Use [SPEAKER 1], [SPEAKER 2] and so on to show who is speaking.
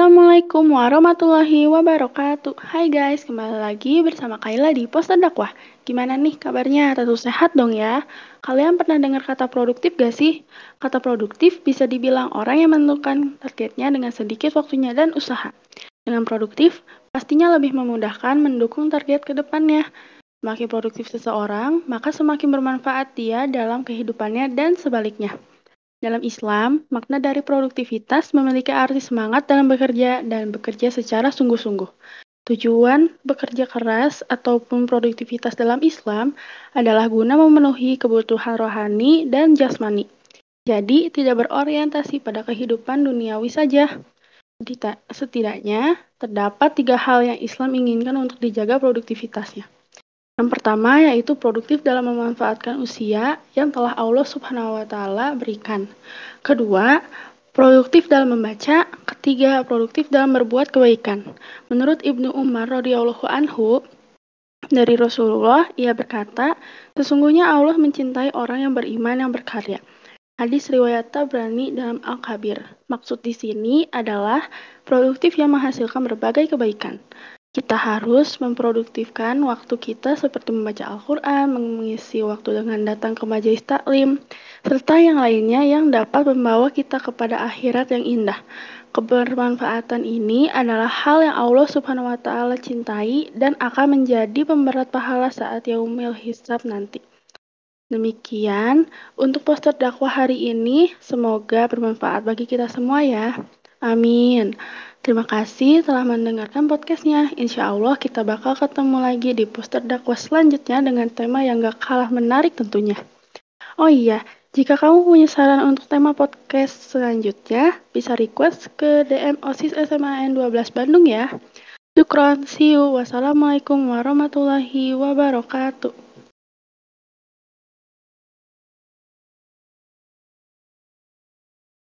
[SPEAKER 1] Assalamualaikum warahmatullahi wabarakatuh. Hai guys, kembali lagi bersama Kaila di Poster Dakwah. Gimana nih kabarnya? Tentu sehat dong ya. Kalian pernah dengar kata produktif gak sih? Kata produktif bisa dibilang orang yang menentukan targetnya dengan sedikit waktunya dan usaha. Dengan produktif, pastinya lebih memudahkan mendukung target ke depannya. Semakin produktif seseorang, maka semakin bermanfaat dia dalam kehidupannya dan sebaliknya. Dalam Islam, makna dari produktivitas memiliki arti semangat dalam bekerja dan bekerja secara sungguh-sungguh. Tujuan bekerja keras ataupun produktivitas dalam Islam adalah guna memenuhi kebutuhan rohani dan jasmani. Jadi, tidak berorientasi pada kehidupan duniawi saja. Setidaknya, terdapat 3 hal yang Islam inginkan untuk dijaga produktivitasnya. Yang pertama yaitu produktif dalam memanfaatkan usia yang telah Allah Subhanahu wa Ta'ala berikan. Kedua, produktif dalam membaca. Ketiga, produktif dalam berbuat kebaikan. Menurut Ibnu Umar radhiyallahu anhu dari Rasulullah, ia berkata, sesungguhnya Allah mencintai orang yang beriman yang berkarya. Hadis riwayat Tabrani dalam Al-Kabir. Maksud di sini adalah produktif yang menghasilkan berbagai kebaikan. Kita harus memproduktifkan waktu kita seperti membaca Al-Quran, mengisi waktu dengan datang ke majelis taklim, serta yang lainnya yang dapat membawa kita kepada akhirat yang indah. Kebermanfaatan ini adalah hal yang Allah Subhanahu wa Ta'ala cintai dan akan menjadi pemberat pahala saat yaumil hisab nanti. Demikian untuk poster dakwah hari ini, semoga bermanfaat bagi kita semua ya. Amin. Terima kasih telah mendengarkan podcastnya. Insya Allah kita bakal ketemu lagi di poster dakwah selanjutnya dengan tema yang gak kalah menarik tentunya. Oh iya, jika kamu punya saran untuk tema podcast selanjutnya, bisa request ke DM OSIS SMAN 12 Bandung ya. Syukron, see you. Wassalamualaikum warahmatullahi wabarakatuh.